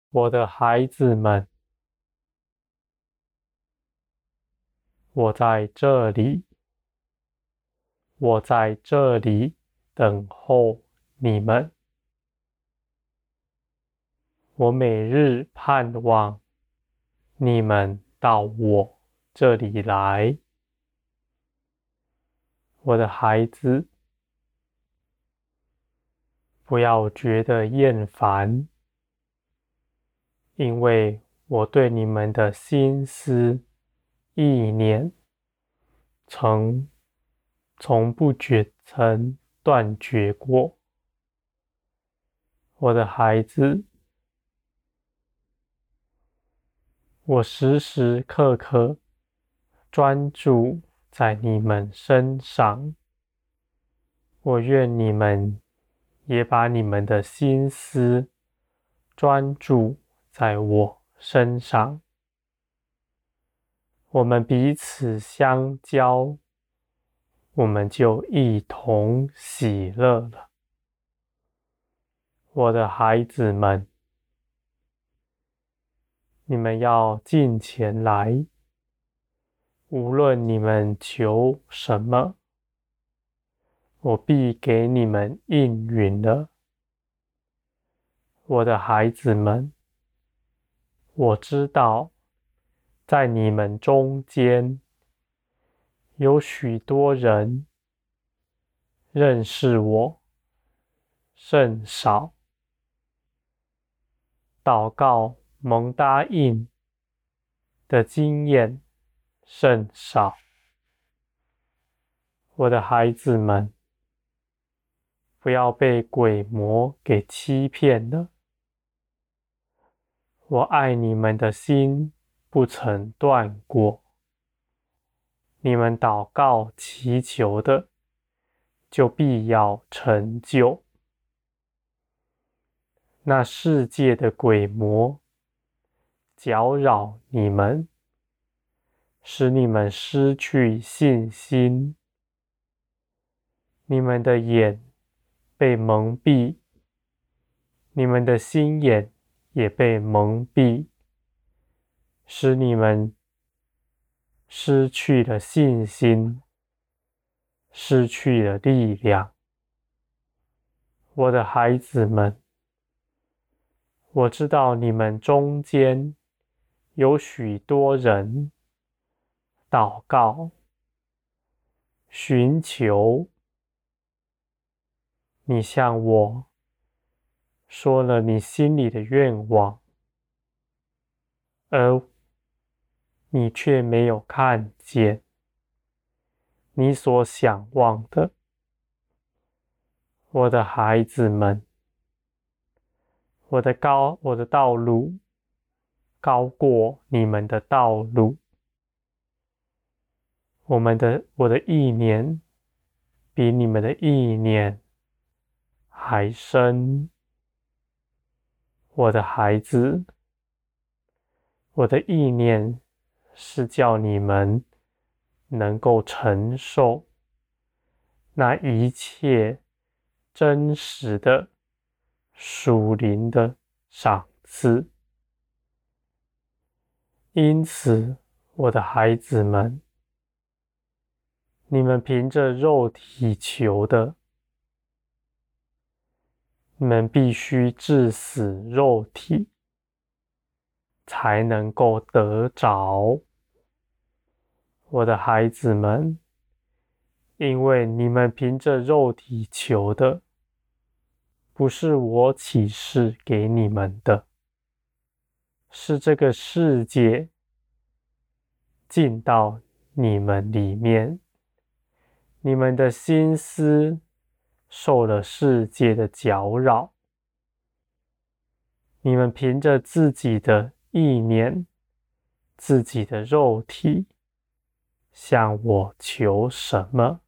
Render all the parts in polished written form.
我的孩子们，我在这里，我在这里等候你们。我每日盼望你们到我这里来。我的孩子，不要觉得厌烦，因为我对你们的心思意念从不曾断绝过。我的孩子，我时时刻刻专注在你们身上。我愿你们也把你们的心思专注在我身上。我们彼此相交，我们就一同喜乐了。我的孩子们，你们要进前来，无论你们求什么，我必给你们应允了。我的孩子们，我知道在你们中间有许多人认识我甚少，祷告蒙答应的经验甚少。我的孩子们，不要被鬼魔给欺骗了。我爱你们的心不曾断过。你们祷告祈求的，就必要成就。那世界的鬼魔搅扰你们，使你们失去信心。你们的眼被蒙蔽，你们的心眼也被蒙蔽，使你们失去了信心，失去了力量。我的孩子们，我知道你们中间有许多人祷告、寻求，你向我说了你心里的愿望，而你却没有看见你所想望的。我的孩子们，我的道路高过你们的道路，我的意念比你们的意念还深。我的孩子，我的意念是叫你们能够承受那一切真实的属灵的赏赐。因此，我的孩子们，你们凭着肉体求的，你们必须致死肉体，才能够得着。我的孩子们，因为你们凭着肉体求的，不是我启示给你们的，是这个世界进到你们里面，你们的心思受了世界的搅扰，你们凭着自己的意念、自己的肉体，向我求什么，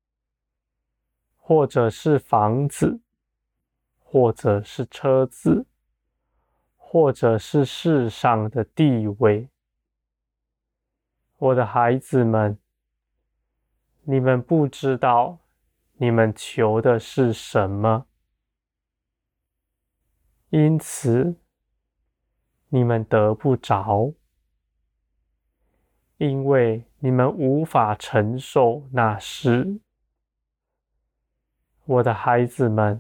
或者是房子，或者是车子，或者是世上的地位。我的孩子们，你们不知道你们求的是什么，因此你们得不着，因为你们无法承受那事。我的孩子们，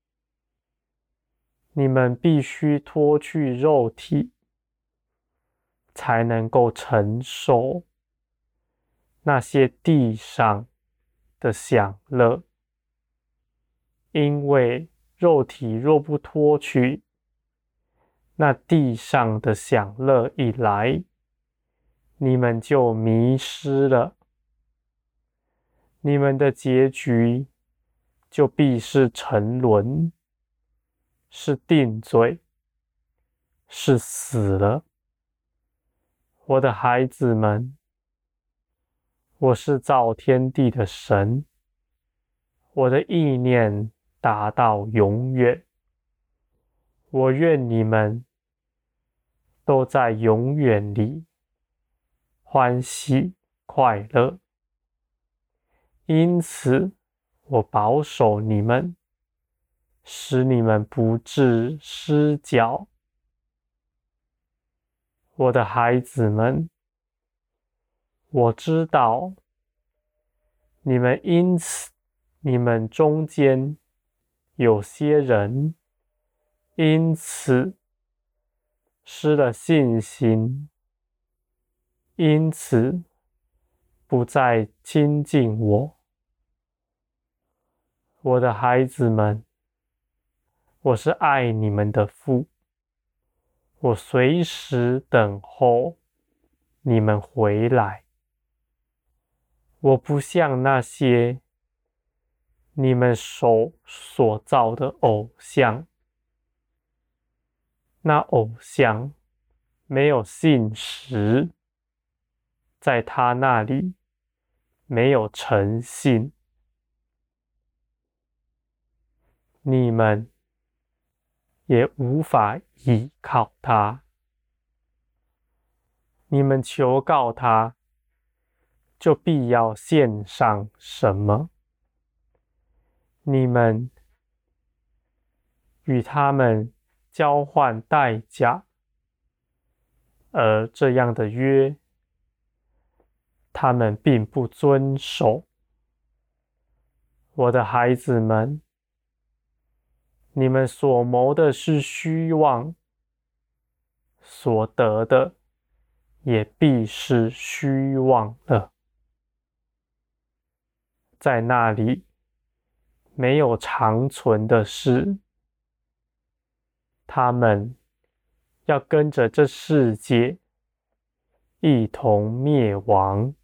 你们必须脱去肉体，才能够承受那些地上的享乐。因为肉体若不脱去，那地上的享乐一来，你们就迷失了，你们的结局就必是沉沦，是定罪，是死了。我的孩子们，我是造天地的神，我的意念达到永远。我愿你们都在永远里欢喜快乐。因此，我保守你们，使你们不致失脚。我的孩子们，我知道你们中间有些人因此失了信心，因此不再亲近我。我的孩子们，我是爱你们的父，我随时等候你们回来。我不像那些你们手所造的偶像，那偶像没有信实，在他那里没有诚信。你们也无法依靠他。你们求告他，就必要献上什么？你们与他们交换代价，而这样的约，他们并不遵守。我的孩子们，你们所谋的是虚妄，所得的也必是虚妄了。在那里没有长存的事，他们要跟着这世界一同灭亡。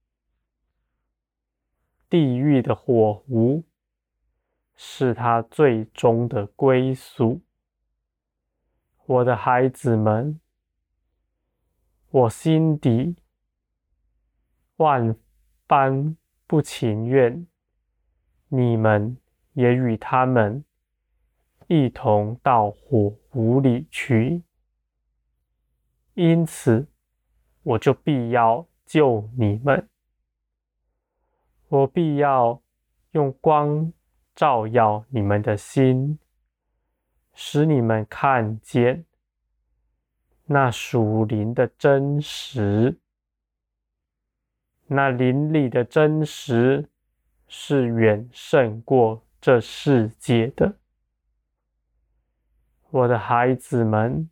地狱的火湖是他最终的归宿。我的孩子们，我心底万般不情愿，你们也与他们一同到火湖里去，因此我就必要救你们，我必要用光照耀你们的心，使你们看见那属灵的真实。那灵里的真实是远胜过这世界的。我的孩子们，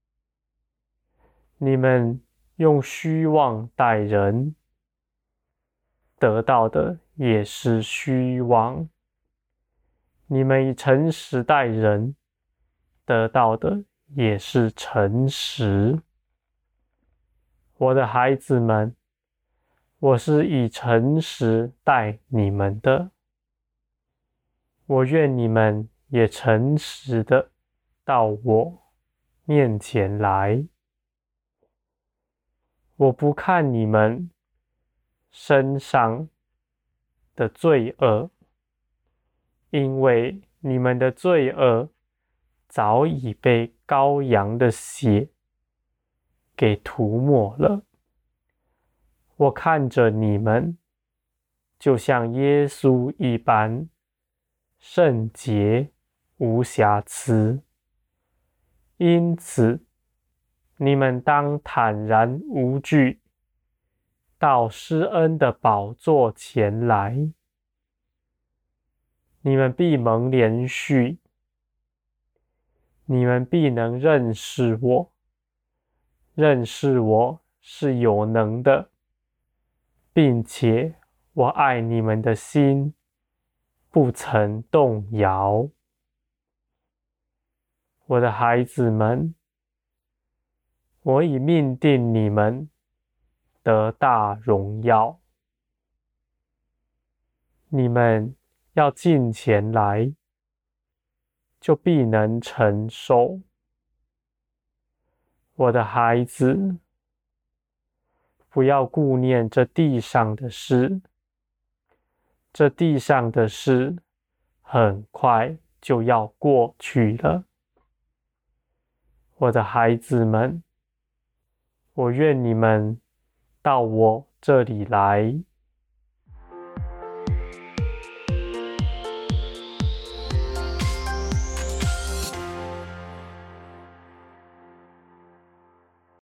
你们用虚妄待人，得到的也是虚妄；你们以诚实待人，得到的也是诚实。我的孩子们，我是以诚实待你们的，我愿你们也诚实的到我面前来。我不看你们身上的罪恶，因为你们的罪恶早已被羔羊的血给涂抹了。我看着你们，就像耶稣一般圣洁无瑕疵，因此你们当坦然无惧，到施恩的宝座前来，你们必蒙怜恤，你们必能认识我，认识我是有能的，并且我爱你们的心不曾动摇。我的孩子们，我已命定你们得大荣耀，你们要近前来，就必能承受。我的孩子，不要顾念这地上的事，这地上的事很快就要过去了。我的孩子们，我愿你们到我这里来，